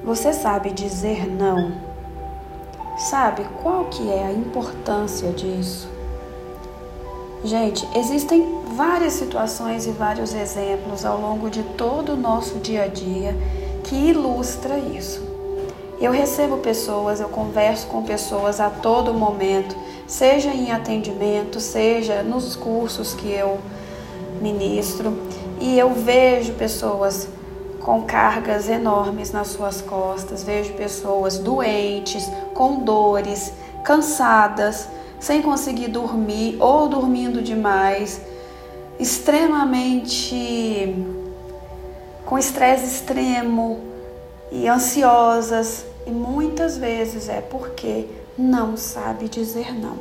Você sabe dizer não? Sabe qual que é a importância disso? Gente, existem várias situações e vários exemplos ao longo de todo o nosso dia a dia que ilustra isso. Eu recebo pessoas, eu converso com pessoas a todo momento, seja em atendimento, seja nos cursos que eu ministro, e eu vejo pessoas com cargas enormes nas suas costas, vejo pessoas doentes, com dores, cansadas, sem conseguir dormir ou dormindo demais, extremamente com estresse extremo e ansiosas, e muitas vezes é porque não sabe dizer não.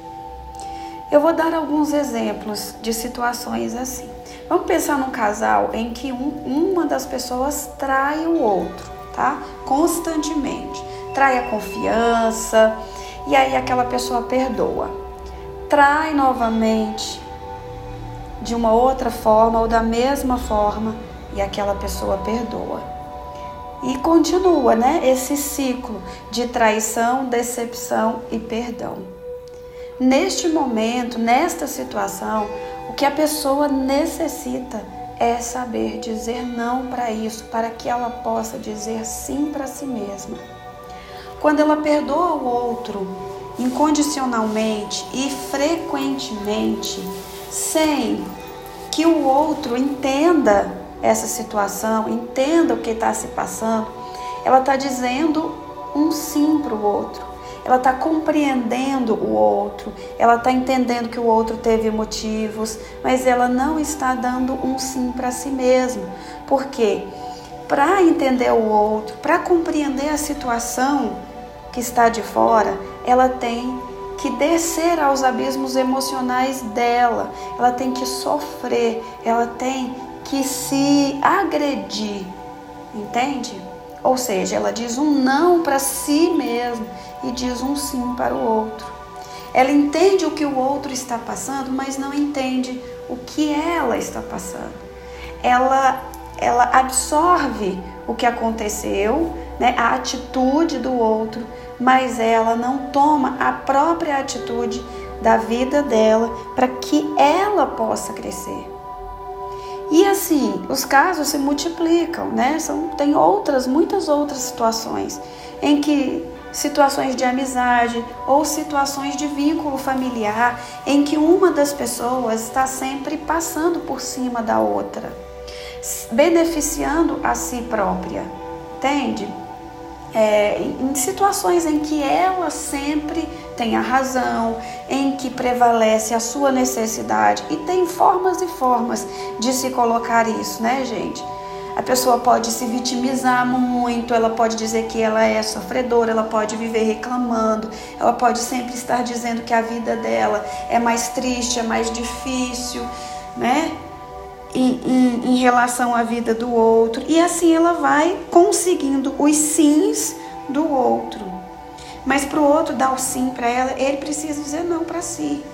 Eu vou dar alguns exemplos de situações assim. Vamos pensar num casal em que uma das pessoas trai o outro, tá? Constantemente. Trai a confiança e aí aquela pessoa perdoa. Trai novamente de uma outra forma ou da mesma forma e aquela pessoa perdoa. E continua, né? Esse ciclo de traição, decepção e perdão. Neste momento, nesta situação, o que a pessoa necessita é saber dizer não para isso, para que ela possa dizer sim para si mesma. Quando ela perdoa o outro incondicionalmente e frequentemente, sem que o outro entenda essa situação, entenda o que está se passando, ela está dizendo um sim para o outro. Ela está compreendendo o outro, ela está entendendo que o outro teve motivos, mas ela não está dando um sim para si mesma. Por quê? Para entender o outro, para compreender a situação que está de fora, ela tem que descer aos abismos emocionais dela, ela tem que sofrer, ela tem que se agredir, entende? Ou seja, ela diz um não para si mesma e diz um sim para o outro. Ela entende o que o outro está passando, mas não entende o que ela está passando. Ela absorve o que aconteceu, né, a atitude do outro, mas ela não toma a própria atitude da vida dela para que ela possa crescer. E assim, os casos se multiplicam, né? Tem muitas outras situações em que situações de amizade ou situações de vínculo familiar em que uma das pessoas está sempre passando por cima da outra, beneficiando a si própria, entende? Em situações em que ela sempre tem a razão, em que prevalece a sua necessidade, e tem formas e formas de se colocar isso, né, gente? A pessoa pode se vitimizar muito, ela pode dizer que ela é sofredora, ela pode viver reclamando, ela pode sempre estar dizendo que a vida dela é mais triste, é mais difícil, né? Em relação à vida do outro, e assim ela vai conseguindo os sims do outro, mas para o outro dar o sim para ela, ele precisa dizer não para si,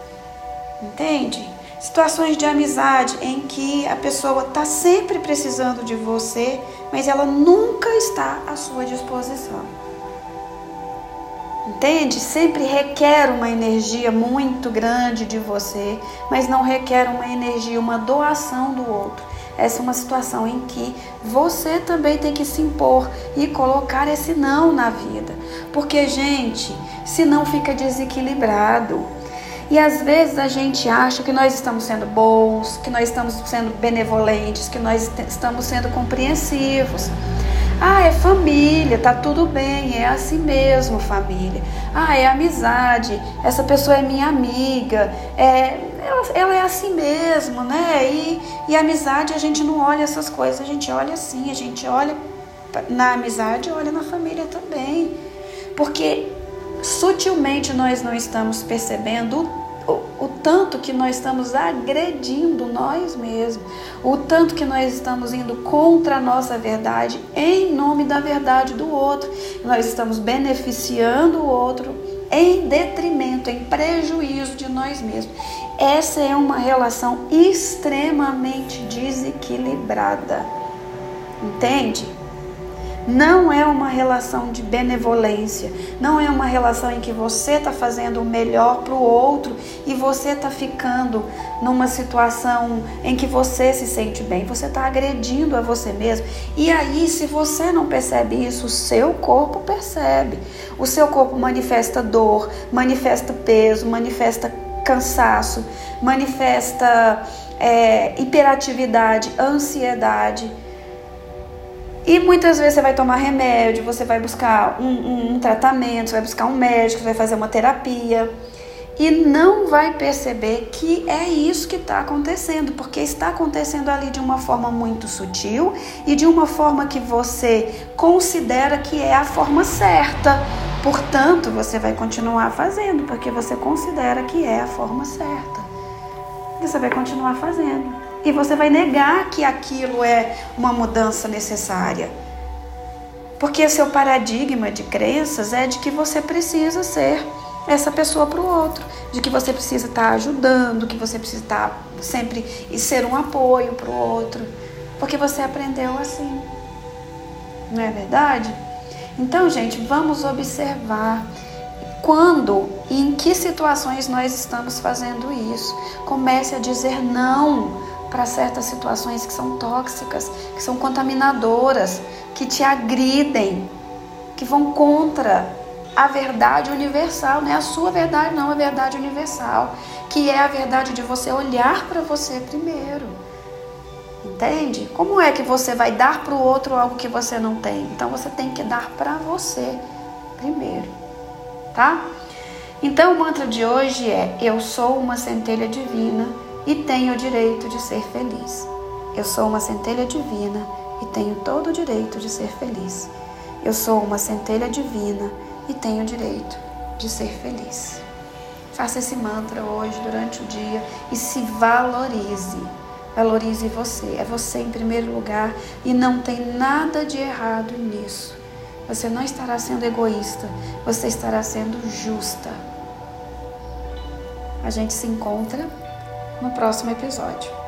entende? Situações de amizade em que a pessoa está sempre precisando de você, mas ela nunca está à sua disposição, entende? Sempre requer uma energia muito grande de você, mas não requer uma energia, uma doação do outro. Essa é uma situação em que você também tem que se impor e colocar esse não na vida. Porque, gente, senão fica desequilibrado. E às vezes a gente acha que nós estamos sendo bons, que nós estamos sendo benevolentes, que nós estamos sendo compreensivos. Ah, é família, tá tudo bem, é assim mesmo, família. Ah, é amizade, essa pessoa é minha amiga, ela é assim mesmo, né? E amizade, a gente não olha essas coisas, a gente olha assim, a gente olha na amizade, olha na família também. Porque sutilmente nós não estamos percebendo o tanto que nós estamos agredindo nós mesmos, o tanto que nós estamos indo contra a nossa verdade em nome da verdade do outro. Nós estamos beneficiando o outro em detrimento, em prejuízo de nós mesmos. Essa é uma relação extremamente desequilibrada, entende? Não é uma relação de benevolência, não é uma relação em que você está fazendo o melhor para o outro e você está ficando numa situação em que você se sente bem, você está agredindo a você mesmo. E aí, se você não percebe isso, o seu corpo percebe. O seu corpo manifesta dor, manifesta peso, manifesta cansaço, manifesta hiperatividade, ansiedade. E muitas vezes você vai tomar remédio, você vai buscar um tratamento, você vai buscar um médico, você vai fazer uma terapia e não vai perceber que é isso que está acontecendo, porque está acontecendo ali de uma forma muito sutil e de uma forma que você considera que é a forma certa. Portanto, você vai continuar fazendo, porque você considera que é a forma certa. E você vai continuar fazendo. E você vai negar que aquilo é uma mudança necessária. Porque o seu paradigma de crenças é de que você precisa ser essa pessoa para o outro. De que você precisa estar ajudando, que você precisa estar sempre e ser um apoio para o outro. Porque você aprendeu assim. Não é verdade? Então, gente, vamos observar quando e em que situações nós estamos fazendo isso. Comece a dizer não para certas situações que são tóxicas, que são contaminadoras, que te agridem, que vão contra a verdade universal. Não é a sua verdade, não, a verdade universal, que é a verdade de você olhar para você primeiro. Entende? Como é que você vai dar para o outro algo que você não tem? Então você tem que dar para você primeiro, tá? Então o mantra de hoje é: eu sou uma centelha divina e tenho o direito de ser feliz. Eu sou uma centelha divina e tenho todo o direito de ser feliz. Eu sou uma centelha divina e tenho o direito de ser feliz. Faça esse mantra hoje, durante o dia, e se valorize. Valorize você. É você em primeiro lugar e não tem nada de errado nisso. Você não estará sendo egoísta, você estará sendo justa. A gente se encontra no próximo episódio.